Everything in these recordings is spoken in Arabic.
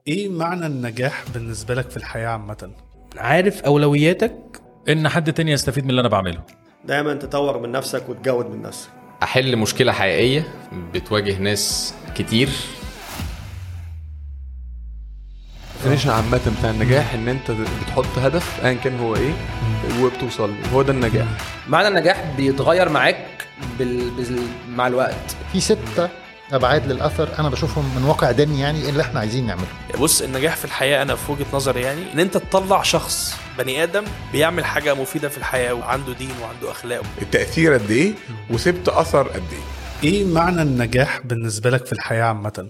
ايه معنى النجاح بالنسبة لك في الحياة عامة؟ عارف أولوياتك، ان حد تاني يستفيد من اللي انا بعمله. دايما تطور من نفسك وتجود من نفسك. احل مشكلة حقيقية بتواجه ناس كتير. الديفينيشن عامة بتاع النجاح ان انت بتحط هدف ايا كان هو ايه وبتوصل له، هو ده النجاح. معنى النجاح بيتغير معاك مع الوقت. في 6 أبعاد للأثر أنا بشوفهم من واقع ديني، يعني اللي احنا عايزين نعمله. بص، النجاح في الحياة أنا في وجهة نظري يعني إن أنت تطلع شخص بني آدم بيعمل حاجة مفيدة في الحياة وعنده دين وعنده أخلاق. التأثير قد إيه وسبت أثر قد إيه. ايه معنى النجاح بالنسبة لك في الحياة عامة؟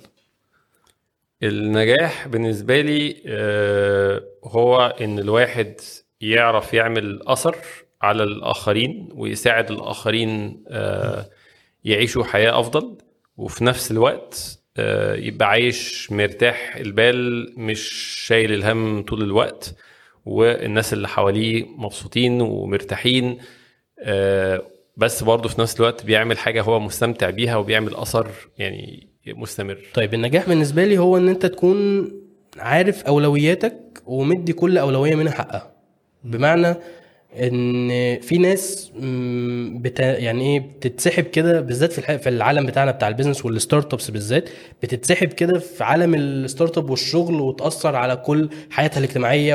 النجاح بالنسبة لي هو إن الواحد يعرف يعمل أثر على الآخرين ويساعد الآخرين يعيشوا حياة أفضل، وفي نفس الوقت يبقى عايش مرتاح البال، مش شايل الهم طول الوقت، والناس اللي حواليه مبسوطين ومرتاحين، بس برضه في نفس الوقت بيعمل حاجة هو مستمتع بيها وبيعمل أثر يعني مستمر. طيب النجاح بالنسبة لي هو ان انت تكون عارف أولوياتك ومدي كل أولوية منها حقها. بمعنى ان في ناس يعني ايه بتتسحب كده، بالذات في العالم بتاعنا بتاع البيزنس والستارت ابس بالذات، بتتسحب كده في عالم الستارت اب والشغل وتأثر على كل حياتها الاجتماعية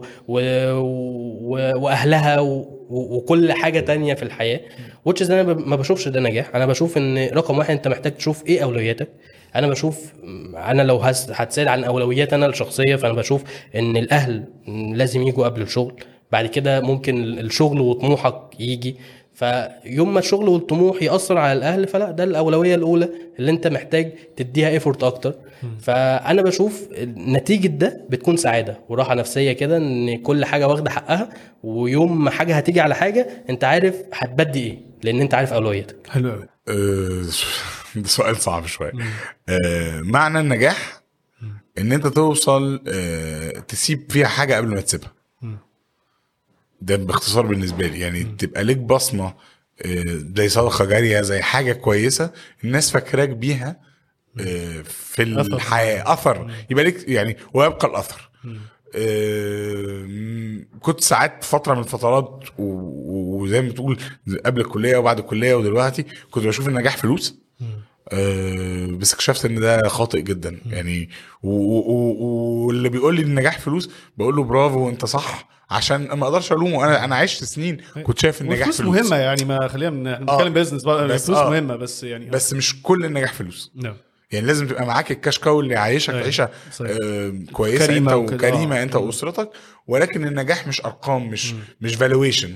واهلها وكل حاجة تانية في الحياة. وتشز انا ما بشوفش ده نجاح. انا بشوف ان رقم 1 انت محتاج تشوف ايه اولوياتك. انا بشوف، انا لو هتسأل عن اولويات انا الشخصية، فانا بشوف ان الاهل لازم يجوا قبل الشغل، بعد كده ممكن الشغل وطموحك يجي. فيوم ما الشغل والطموح يأثر على الأهل، فلا، ده الأولوية الأولى اللي انت محتاج تديها ايفورت أكتر. فأنا بشوف نتيجة ده بتكون سعادة وراحة نفسية كده، ان كل حاجة واخدة حقها، ويوم ما حاجة هتيجي على حاجة انت عارف هتبدي ايه، لان انت عارف أولوياتك. حلو قوي. ده سؤال صعب شوية. معنى النجاح ان انت توصل تسيب فيها حاجة قبل ما تسيبها. ده باختصار بالنسبة لي، يعني تبقى لك بصمة زي صدقة جارية، زي حاجة كويسة الناس فاكراك بيها في الحياة، أثر يبقى لك يعني، ويبقى الأثر. كنت ساعات فترة من الفترات وزي ما بتقول قبل الكلية وبعد الكلية ودلوقتي كنت بشوف النجاح فلوس، بس اكتشفت ان ده خاطئ جدا يعني. واللي بيقول لي النجاح فلوس بقول له برافو انت صح، عشان ما اقدرش الومه. انا عشت سنين كنت شايف النجاح فلوس مهمه يعني، ما خلينا نتكلم بيزنس بقى، فلوس مهمه بس يعني بس مش كل النجاح فلوس. يعني لازم تبقى معاك الكاش كاو اللي يعيشك عيشه كويسه كريمة انت وكريمه انت واسرتك. ولكن النجاح مش ارقام، مش فالويشن،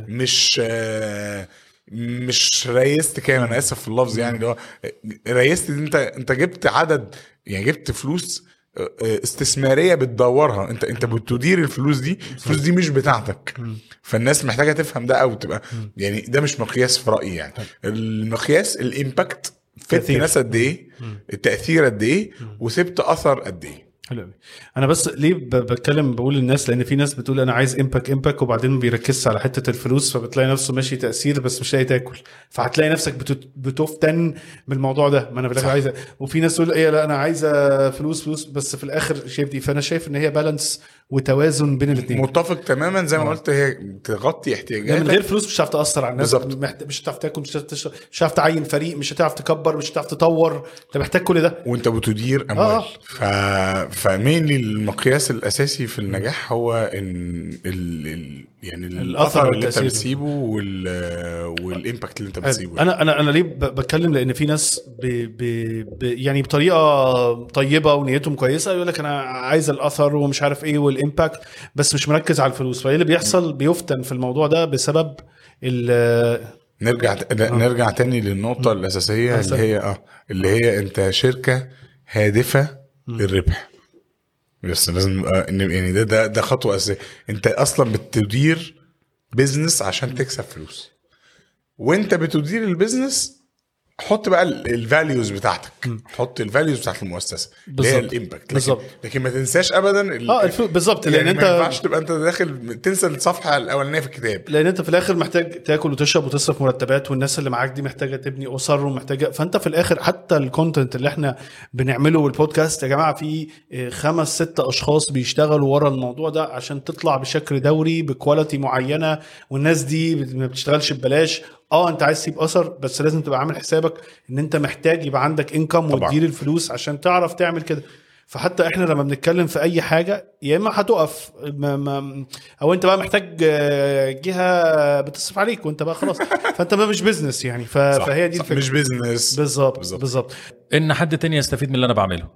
مش ريست كام، انا اسف في اللفظ يعني، اللي هو ريست انت جبت عدد، يعني جبت فلوس استثماريه بتدورها، انت بتدير الفلوس دي. الفلوس دي مش بتاعتك. فالناس محتاجه تفهم ده، او تبقى يعني ده مش مقياس في رايي يعني. المقياس الامباكت، فدت ناس قد ايه، التاثير قد ايه، وسبت اثر قد ايه. حلو. انا بس ليه بتكلم بقول للناس، لان في ناس بتقول انا عايز امباك وبعدين بيركز على حته الفلوس، فبتلاقي نفسه ماشي تاثير بس مش لاقي تاكل، فهتلاقي نفسك بتفتن بالموضوع ده. ما انا في الاخر عايزه، وفي ناس تقول ايه لا انا عايزه فلوس بس في الاخر شايف دي. فانا شايف ان هي بالانس وتوازن بين الاثنين. متفق تماما زي ما قلت، هي تغطي احتياجاتك. من غير فلوس مش هتعرف تاثر على الناس، مش هتعرف تاكل، مش هتعرف تعين فريق، مش هتعرف تكبر، مش هتعرف تطور. انت محتاج كل ده وانت بتدير اموال. فمين المقياس الاساسي في النجاح هو ان يعني الاثر اللي انت بتسيبه والامباكت اللي انت بتسيبه. انا ليه بتكلم، لان في ناس يعني بطريقه طيبه ونيتهم كويسه يقول لك انا عايز الاثر ومش عارف ايه والامباكت، بس مش مركز على الفلوس. فايه اللي بيحصل؟ بيفتن في الموضوع ده بسبب نرجع تاني للنقطه الاساسيه اللي هي انت شركه هادفه للربح. بس لازم يعني ده خطوه اساسيه. انت اصلا بتدير بيزنس عشان تكسب فلوس، وانت بتدير البيزنس حط بقى الفاليوز بتاعتك، حط الفاليوز بتاعت المؤسسه اللي هي الامباكت، لكن ما تنساش ابدا بالظبط، لان انت ما ينفعش تبقى انت داخل تنسى الصفحه الاولانيه في الكتاب، لان انت في الاخر محتاج تاكل وتشرب وتصرف مرتبات، والناس اللي معاك دي محتاجه تبني اسر ومحتاجه. فانت في الاخر حتى الكونتنت اللي احنا بنعمله والبودكاست يا جماعه في 5-6 اشخاص بيشتغلوا ورا الموضوع ده عشان تطلع بشكل دوري بكواليتي معينه، والناس دي ما بتشتغلش ببلاش. انت عايز تسيب اثر، بس لازم تبقى عامل حسابك ان انت محتاج يبقى عندك انكم وتدير الفلوس عشان تعرف تعمل كده. فحتى احنا لما بنتكلم في اي حاجه يا اما هتقف او انت بقى محتاج جهه بتصرف عليك وانت بقى خلاص فانت ما مش بيزنس يعني. فهي دي الفكره، مش بيزنس بالظبط ان حد تاني يستفيد من اللي انا بعمله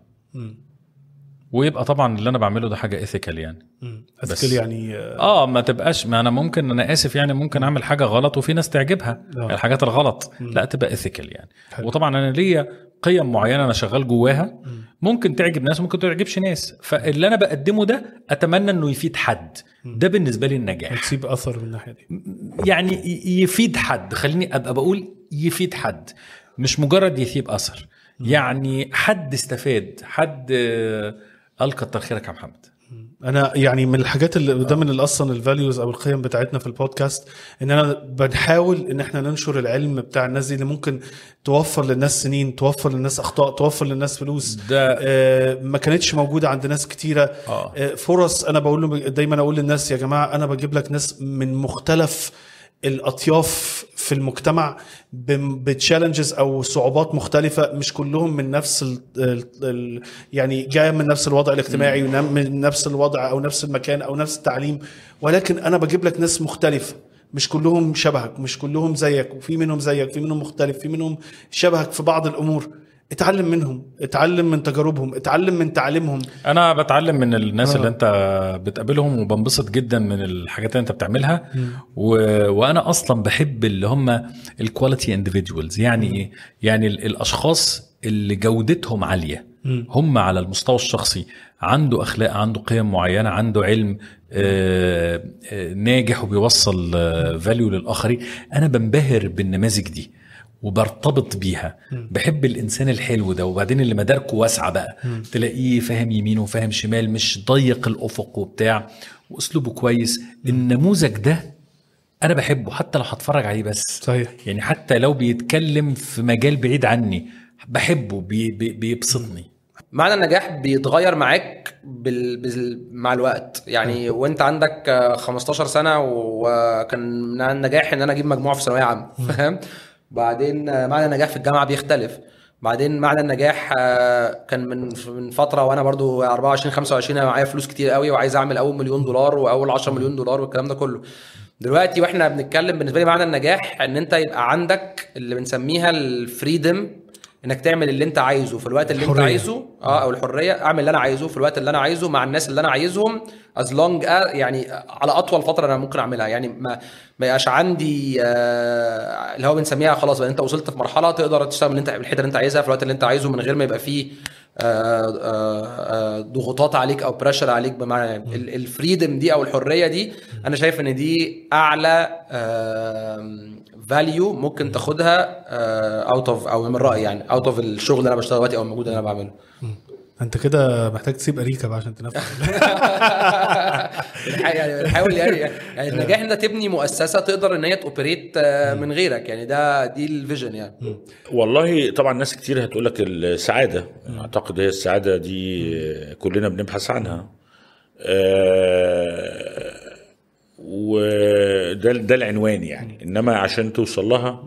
ويبقى طبعا اللي انا بعمله ده حاجه ايثيكال يعني. ايثيكال يعني ما تبقاش، ما انا ممكن، انا اسف يعني، ممكن اعمل حاجه غلط وفي ناس تعجبها الحاجات الغلط، لا تبقى ايثيكال يعني. وطبعا انا ليا قيم معينه انا شغال جواها، ممكن تعجب ناس ممكن تعجبش ناس، فاللي انا بقدمه ده اتمنى انه يفيد حد. ده بالنسبه لي النجاح، تسيب اثر من الناحيه دي يعني يفيد حد. خليني ابقى بقول يفيد حد، مش مجرد يسيب اثر. يعني حد استفاد، حد قال كتر خيرك يا محمد. انا يعني من الحاجات اللي ده من اصلا الفاليوز او القيم بتاعتنا في البودكاست، ان انا بنحاول ان احنا ننشر العلم بتاع الناس دي اللي ممكن توفر للناس سنين، توفر للناس اخطاء، توفر للناس فلوس ما كانتش موجوده عند ناس كتيره. فرص. انا دايما اقول للناس يا جماعه انا بجيب لك ناس من مختلف الاطياف في المجتمع بتشالنجز او صعوبات مختلفه، مش كلهم من نفس يعني جاي من نفس الوضع الاجتماعي من نفس الوضع او نفس المكان او نفس التعليم، ولكن انا بجيب لك ناس مختلفه، مش كلهم شبهك، مش كلهم زيك، وفي منهم زيك، في منهم مختلف، في منهم شبهك في بعض الامور. اتعلم منهم، اتعلم من تجاربهم، اتعلم من تعليمهم. انا بتعلم من الناس اللي انت بتقابلهم وبنبسط جدا من الحاجات اللي انت بتعملها. وانا اصلا بحب اللي هم الكواليتي انديفيدوالز. يعني ايه؟ يعني الاشخاص اللي جودتهم عاليه، هم على المستوى الشخصي عنده اخلاق، عنده قيم معينه، عنده علم، ناجح وبيوصل فاليو للاخرين. انا بنبهر بالنماذج دي وبرتبط بيها. بحب الانسان الحلو ده، وبعدين اللي مداركه واسعه بقى، تلاقيه فاهم يمين وفاهم شمال، مش ضيق الافق وبتاع، واسلوبه كويس. النموذج ده انا بحبه حتى لو هتفرج عليه بس. صحيح. يعني حتى لو بيتكلم في مجال بعيد عني بحبه، بيبسطني. معنى النجاح بيتغير معاك مع الوقت يعني. وانت عندك 15 سنه وكان من النجاح ان انا اجيب مجموعه في ثانويه عامه، فاهم؟ بعدين معنى النجاح في الجامعه بيختلف. بعدين معنى النجاح كان من فتره وانا برضو 24 25 انا معايا فلوس كتير قوي وعايز اعمل اول $1,000,000 واول $10 مليون والكلام ده كله. دلوقتي واحنا بنتكلم بالنسبه لي معنى النجاح ان انت يبقى عندك اللي بنسميها الفريدم، انك تعمل اللي انت عايزه في الوقت اللي انت عايزه، او الحريه، اعمل اللي انا عايزه في الوقت اللي انا عايزه مع الناس اللي انا عايزهم as long يعني على اطول فتره انا ممكن اعملها. يعني ما يبقاش عندي اللي هو بنسميها خلاص بقى انت وصلت في مرحله تقدر تشتغل من الحته اللي انت عايزها في الوقت اللي انت عايزه من غير ما يبقى فيه ضغوطات عليك او بريشر عليك. بمعنى يعني الفريدم دي او الحريه دي انا شايف ان دي اعلى فاليو ممكن تاخدها اوت اوف، او من رايي يعني اوت اوف الشغل اللي انا بشتغله دلوقتي او المجهود اللي انا بعمله. انت كده محتاج تسيب اريكا بقى عشان تنفذ. يعني بنحاول يعني النجاح ان تبني مؤسسه تقدر ان هي توبريت من غيرك يعني. دي الفيجن يعني. والله طبعا ناس كتير هتقول لك السعاده، اعتقد هي السعاده دي كلنا بنبحث عنها، وده العنوان يعني. انما عشان توصل لها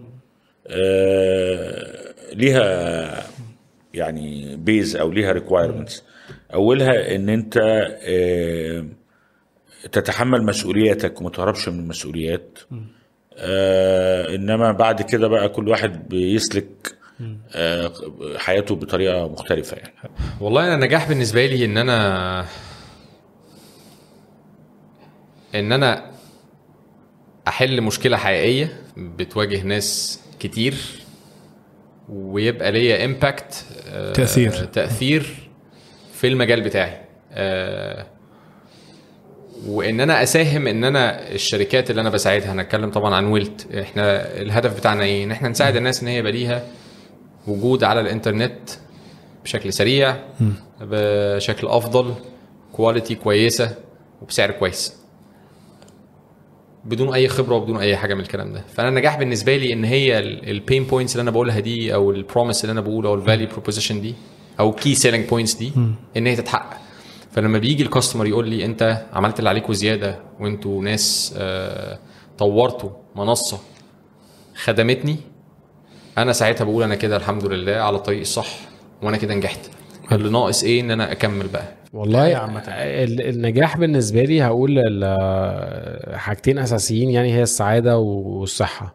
ليها يعني بيز او ليها ريكوايرمنتس. اولها ان انت تتحمل مسؤولياتك وما تهربش من المسؤوليات. انما بعد كده بقى كل واحد بيسلك حياته بطريقه مختلفه يعني. والله انا النجاح بالنسبه لي ان انا احل مشكله حقيقيه بتواجه ناس كتير ويبقى ليا امباكت، تأثير في المجال بتاعي، وان انا اساهم ان انا الشركات اللي انا بساعدها، هنتكلم طبعا عن ويلت، احنا الهدف بتاعنا ايه؟ ان احنا نساعد الناس ان هي يبقى ليها وجود على الانترنت بشكل سريع بشكل افضل كواليتي كويسه وبسعر كويس بدون اي خبره وبدون اي حاجه من الكلام ده. فانا النجاح بالنسبه لي ان هي البين بوينتس اللي انا بقولها دي او البروميس اللي انا بقوله او الفاليو بروبوزيشن دي او كي سيلينج بوينتس دي ان هي تتحقق. فلما بيجي الكاستمر يقول لي انت عملت اللي عليك وزياده وانتوا ناس طورتوا منصه خدمتني، انا ساعتها بقول انا كده الحمد لله على الطريق الصح وانا كده نجحت. اللي ناقص ايه ان انا اكمل بقى. والله النجاح بالنسبه لي هقول حاجتين اساسيين يعني هي السعاده والصحه.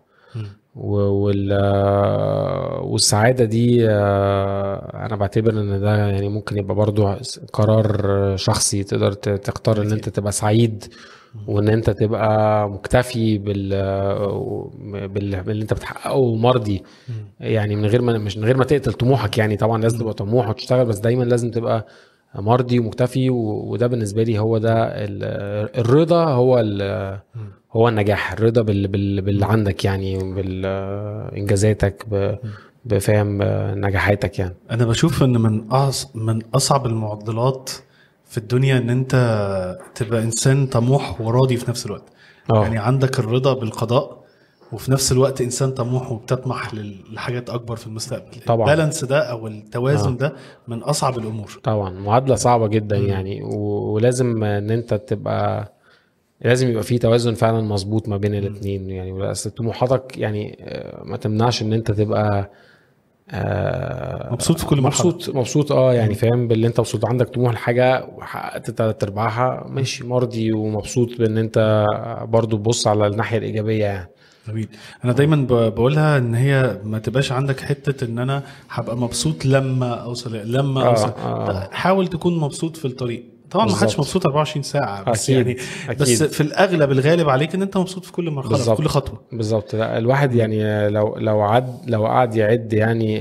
والسعاده دي انا بعتبر ان ده يعني ممكن يبقى برضو قرار شخصي، تقدر تختار ان انت تبقى سعيد وان انت تبقى مكتفي باللي انت بتحققه مرضي يعني من غير ما تقتل طموحك. يعني طبعا لازم تبقى طموح وتشتغل، بس دايما لازم تبقى مرضي ومكتفي. وده بالنسبه لي هو ده الرضا، هو النجاح. الرضا باللي عندك يعني بالانجازاتك بفهم نجاحاتك. يعني انا بشوف ان من اصعب المعضلات في الدنيا ان انت تبقى انسان طموح وراضي في نفس الوقت. يعني عندك الرضا بالقضاء وفي نفس الوقت انسان طموح وبتطمح لحاجات اكبر في المستقبل. طبعا البالانس ده او التوازن ده من اصعب الامور. طبعا معادله صعبه جدا يعني ولازم ان انت تبقى لازم يبقى فيه توازن فعلا مظبوط ما بين الاثنين. يعني بس طموحاتك يعني ما تمنعش ان انت تبقى مبسوط في كل مرحله. مبسوط يعني فاهم باللي انت وصلت. عندك طموح لحاجه وحققت 3/4 ماشي مرضي ومبسوط بان انت برضو تبص على الناحيه الايجابيه يعني. جميل. انا دايما بقولها ان هي ما تبقاش عندك حته ان انا هبقى مبسوط لما اوصل حاول تكون مبسوط في الطريق. طبعا ما حدش مبسوط 24 ساعه بس أكيد. يعني بس في الاغلب الغالب عليك ان انت مبسوط في كل مرحله في كل خطوه. بالظبط. الواحد يعني لو قعد يعد يعني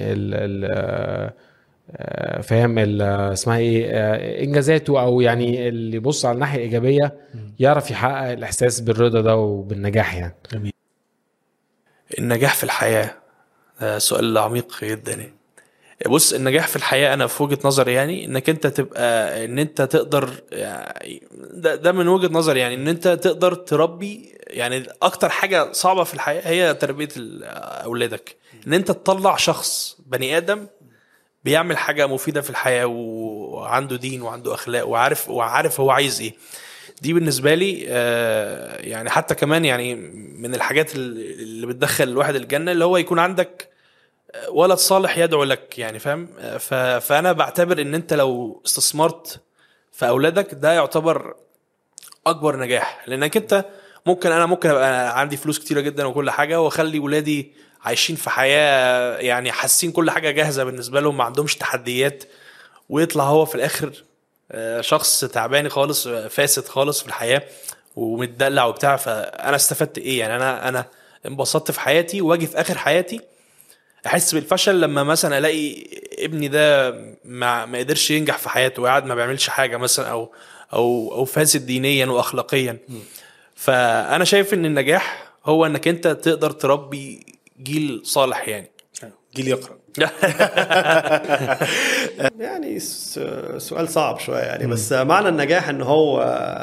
فاهم اسمها ايه انجازاته او يعني اللي يبص على الناحيه الايجابيه يعرف يحقق الاحساس بالرضا ده وبالنجاح يعني. جميل. النجاح في الحياه ده سؤال عميق جدا. بص النجاح في الحياة أنا في وجهة نظري يعني إنك أنت تبقى إن أنت تقدر يعني ده من وجهة نظري يعني إن أنت تقدر تربي. يعني أكتر حاجة صعبة في الحياة هي تربية أولادك. إن أنت تطلع شخص بني آدم بيعمل حاجة مفيدة في الحياة وعنده دين وعنده أخلاق وعارف هو عايز إيه. دي بالنسبة لي يعني حتى كمان يعني من الحاجات اللي بتدخل الواحد الجنة اللي هو يكون عندك ولد صالح يدعو لك يعني فاهم. فأنا بعتبر إن أنت لو استثمرت في أولادك ده يعتبر أكبر نجاح. لأنك أنت ممكن أبقى عندي فلوس كتيرة جدا وكل حاجة وأخلي ولادي عايشين في حياة يعني حاسين كل حاجة جاهزة بالنسبة لهم ما عندهمش تحديات ويطلع هو في الآخر شخص تعباني خالص فاسد خالص في الحياة ومتدلع وبتاع. فأنا استفدت إيه يعني؟ أنا انبسطت في حياتي واجي في آخر حياتي احس بالفشل لما مثلا الاقي ابني ده ما قدرش ينجح في حياته وقاعد ما بيعملش حاجه مثلا او فاسد دينيا واخلاقيا. فانا شايف ان النجاح هو انك انت تقدر تربي جيل صالح يعني جيل يقرأ. يعني سؤال صعب شويه يعني بس معنى النجاح ان هو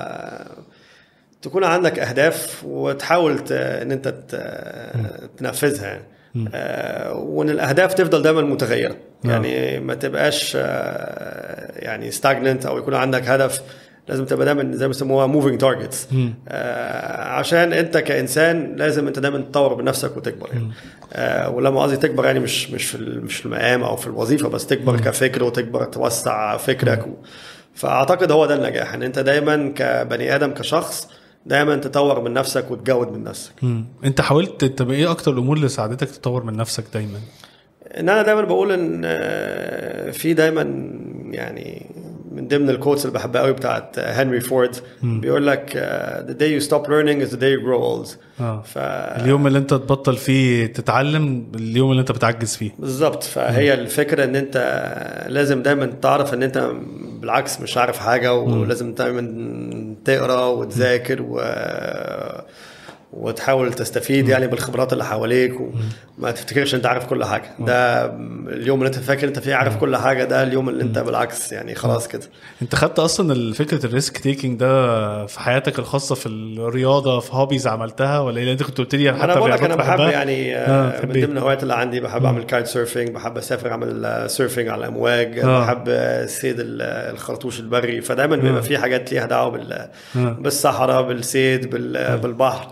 تكون عندك اهداف وتحاول ان انت تنفذها يعني. وان الاهداف تفضل دايما متغيره يعني ما تبقاش يعني stagnant او يكون عندك هدف. لازم تبقى دايما زي ما بيسموها moving targets عشان انت كانسان لازم انت دايما تطور بنفسك وتكبر يعني. ولما قصدي تكبر يعني مش في المقام او في الوظيفه بس تكبر كفكر وتكبر توسع فكرك فاعتقد هو ده النجاح ان انت دايما كبني ادم كشخص دايما تطور من نفسك وتجود من نفسك. انت حاولت تبقى ايه اكتر الامور اللي ساعدتك تطور من نفسك دايما؟ ان انا دايما بقول ان في دايما يعني من ضمن الكوتس اللي بحبها قوي بتاعت هنري فورد بيقول لك the day you stop learning is the day you grow old. اليوم اللي انت تبطل فيه تتعلم اليوم اللي انت بتعجز فيه. بالظبط. فهي الفكرة ان انت لازم دايما تعرف ان انت بالعكس مش عارف حاجة ولازم دايما تقرأ وتذاكر وتحاول تستفيد يعني بالخبرات اللي حواليك، وما تفتكرش انت عارف كل حاجه. ده اليوم اللي انت فاكر انت فيه عارف كل حاجه، ده اليوم اللي انت بالعكس يعني خلاص كده. انت خدت اصلا فكره الريسك تيكينج ده في حياتك الخاصه في الرياضه، في هوبيز عملتها ولا ايه؟ انت كنت قلت لي انا بقول لك انا بحب يعني من ضمن إيه؟ الهوايات اللي عندي بحب اعمل كايت سيرفينج، بحب اسافر اعمل سيرفينج على الامواج، بحب صيد الخرطوش البري. فدايما بيبقى في حاجات ليها دعوه بالصحراء، بالصيد، بالبحر.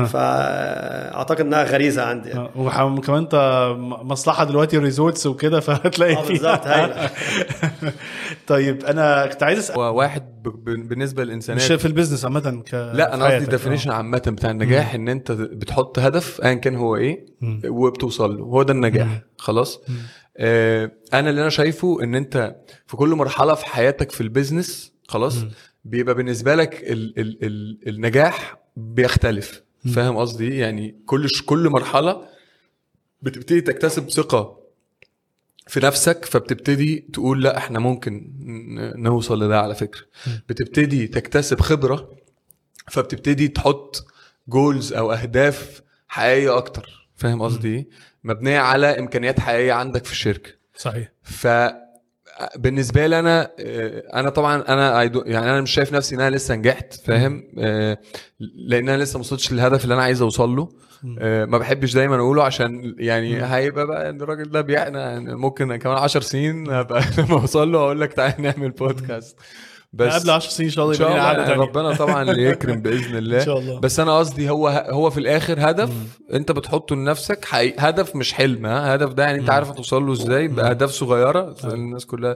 فاعتقد انها غريزه عندي يعني. وكمان انت مصلحه دلوقتي ريزورتس وكده فهتلاقي بالظبط. هايله. طيب انا كنت عايز اسال واحد بالنسبه للانسانات مش في البيزنس عامه لا انا قصدي ديفينيشن عامه بتاع النجاح ان انت بتحط هدف ايا كان هو ايه وبتوصل له، هو ده النجاح. خلاص. انا اللي انا شايفه ان انت في كل مرحله في حياتك في البيزنس خلاص بيبقى بالنسبه لك النجاح بيختلف. فاهم قصدي؟ يعني كل مرحله بتبتدي تكتسب ثقه في نفسك، فبتبتدي تقول لا احنا ممكن نوصل لده. على فكره بتبتدي تكتسب خبره، فبتبتدي تحط جولز او اهداف حقيقيه اكتر. فاهم قصدي؟ مبنيه على امكانيات حقيقيه عندك في الشركه. صحيح. بالنسبه لي انا طبعا يعني انا مش شايف نفسي ان انا لسه نجحت. فاهم؟ لان انا لسه ما وصلتش للهدف اللي انا عايز اوصل له. ما بحبش دايما اقوله عشان يعني هيبقى بقى ان الراجل ده يعني ممكن كمان 10 سنين ابقى لما اوصل له اقول لك تعالى نعمل بودكاست. بس قبل 10 سنين ان شاء الله يبقى عادة تانية. ربنا طبعا اللي يكرم باذن الله. إن شاء الله. بس انا قصدي هو في الاخر هدف انت بتحطه لنفسك، هدف مش حلم. هدف ده يعني انت عارف توصل له ازاي باهداف صغيره الناس كلها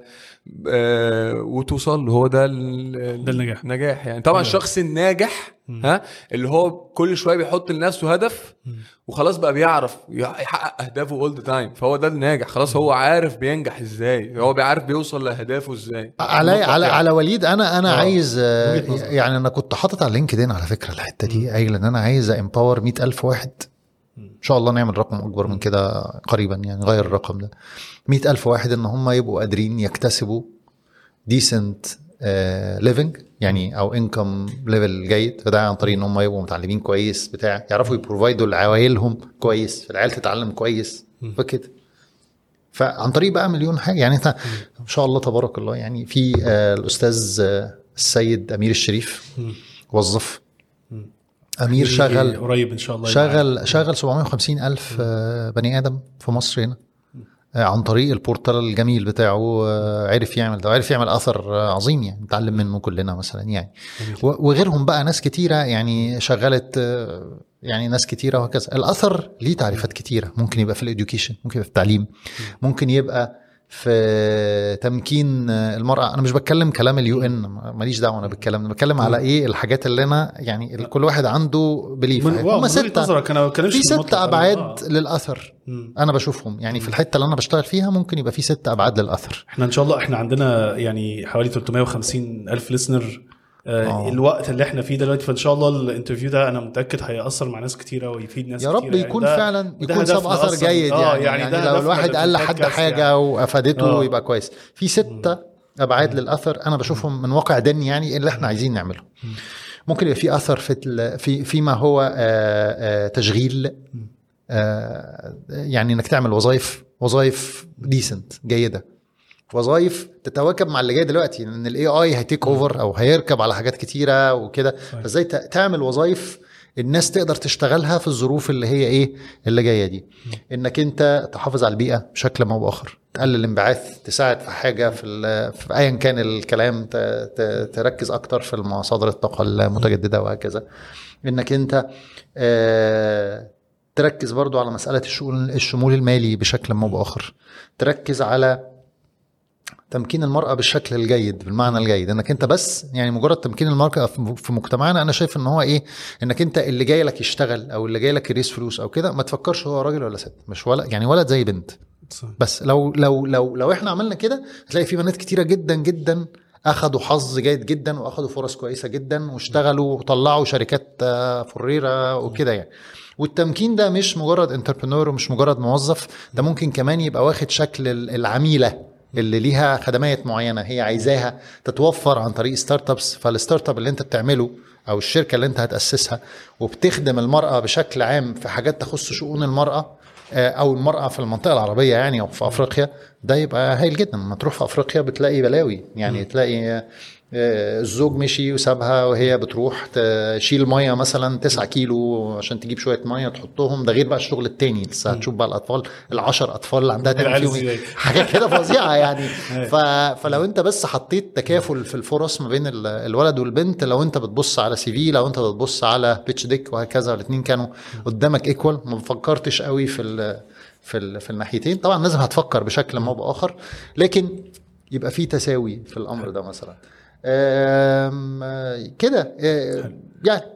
وتوصل له. هو ده النجاح يعني. طبعا الشخص الناجح اللي هو كل شويه بيحط لنفسه هدف وخلاص بقى بيعرف يحقق اهدافه all the time، فهو ده الناجح. خلاص هو عارف بينجح ازاي، هو بيعرف بيوصل لاهدافه ازاي. على وليد انا عايز يعني انا كنت حاطط على لينكدين على فكره الحته دي قايل ان انا عايز امباور 100,000 واحد. ان شاء الله نعمل رقم اكبر من كده قريبا، يعني غير الرقم ده 100,000 واحد ان هم يبقوا قادرين يكتسبوا decent living يعني او income level جيد. فده عن طريق ان هم يبقوا متعلمين كويس بتاع، يعرفوا يبروفايدوا لعوائلهم كويس، العيال تتعلم كويس فكده. فعن طريق بقى مليون حاجه يعني. انت ان شاء الله تبارك الله يعني في الاستاذ السيد امير الشريف وظف امير شغل قريب ان شاء الله شغل 750,000 بني ادم في مصر هنا عن طريق البورتال الجميل بتاعه. عرف يعمل ده وعرف يعمل اثر عظيم يعني نتعلم منه كلنا مثلا يعني. وغيرهم بقى ناس كتيره يعني شغلت يعني ناس كتيره وهكذا. الاثر ليه تعريفات كتيره، ممكن يبقى في الاديوكيشن، ممكن يبقى في التعليم، ممكن يبقى في تمكين المرأة. أنا مش بتكلم كلام اليو ان، ماليش دعوة أنا بتكلم على إيه الحاجات اللي أنا يعني كل واحد عنده بليف. هم 6 في 6 أبعاد للأثر أنا بشوفهم يعني في الحتة اللي أنا بشتغل فيها ممكن يبقى في 6 أبعاد للأثر. إحنا إن شاء الله إحنا عندنا يعني حوالي 350,000 ليسنر الوقت اللي احنا فيه دلوقتي. فان شاء الله الانترفيو ده انا متاكد هيأثر مع ناس كتيره ويفيد ناس كتيره. يا رب يكون يعني فعلا يكون ساب اثر جيد يعني لو الواحد قال لحد حاجه يعني وافادته يبقى كويس. في 6 ابعاد للاثر انا بشوفهم من واقع دني يعني اللي احنا عايزين نعمله. ممكن يبقى في اثر فيما هو تشغيل يعني انك تعمل وظائف ديسنت جيده، وظائف تتواكب مع اللي جاي دلوقتي ان الاي اي هيتيك اوفر او هيركب على حاجات كتيره وكده. فازاي تعمل وظائف الناس تقدر تشتغلها في الظروف اللي هي ايه اللي جايه دي. انك انت تحافظ على البيئه بشكل ما باخر، تقلل الانبعاث، تساعد في حاجه في ايا كان الكلام، تركز اكتر في مصادر الطاقه المتجدده وهكذا. انك انت تركز برضو على مساله الشمول المالي بشكل ما باخر، تركز على تمكين المرأة بالشكل الجيد بالمعنى الجيد. انك انت بس يعني مجرد تمكين المرأة في مجتمعنا انا شايف ان هو ايه، انك انت اللي جاي لك يشتغل او اللي جاي لك يريس فلوس او كده ما تفكرش هو راجل ولا ست، مش ولا يعني ولد زي بنت. بس لو احنا عملنا كده هتلاقي في بنات كتيرة جدا جدا اخدوا حظ جيد جدا واخدوا فرص كويسة جدا واشتغلوا وطلعوا شركات فريرة وكده يعني. والتمكين ده مش مجرد انتربرنور ومش مجرد موظف، ده ممكن كمان يبقى واخد شكل العميلة اللي ليها خدمات معينه هي عايزاها تتوفر عن طريق ستارت ابس. فالستارت اب اللي انت بتعمله او الشركه اللي انت هتاسسها وبتخدم المراه بشكل عام في حاجات تخص شؤون المراه او المراه في المنطقه العربيه يعني او في افريقيا، ده يبقى هايل جدا. لما تروح في افريقيا بتلاقي بلاوي يعني، تلاقي الزوج مشي وسابها وهي بتروح تشيل ميه مثلا 9 كيلو عشان تجيب شويه ميه تحطهم، ده غير بقى الشغل التاني. لسه هتشوف بقى الاطفال ال10 اطفال اللي عندها تعمل فيهم حاجات كده فظيعه يعني. فلو انت بس حطيت تكافل في الفرص ما بين الولد والبنت، لو انت بتبص على سي في، لو انت بتبص على بيتش ديك وهكذا، الاثنين كانوا قدامك ايكوال، ما فكرتش قوي في الناحيتين. طبعا لازم هتفكر بشكل ما باخر، لكن يبقى في تساوي في الامر ده مثلا كده يعني.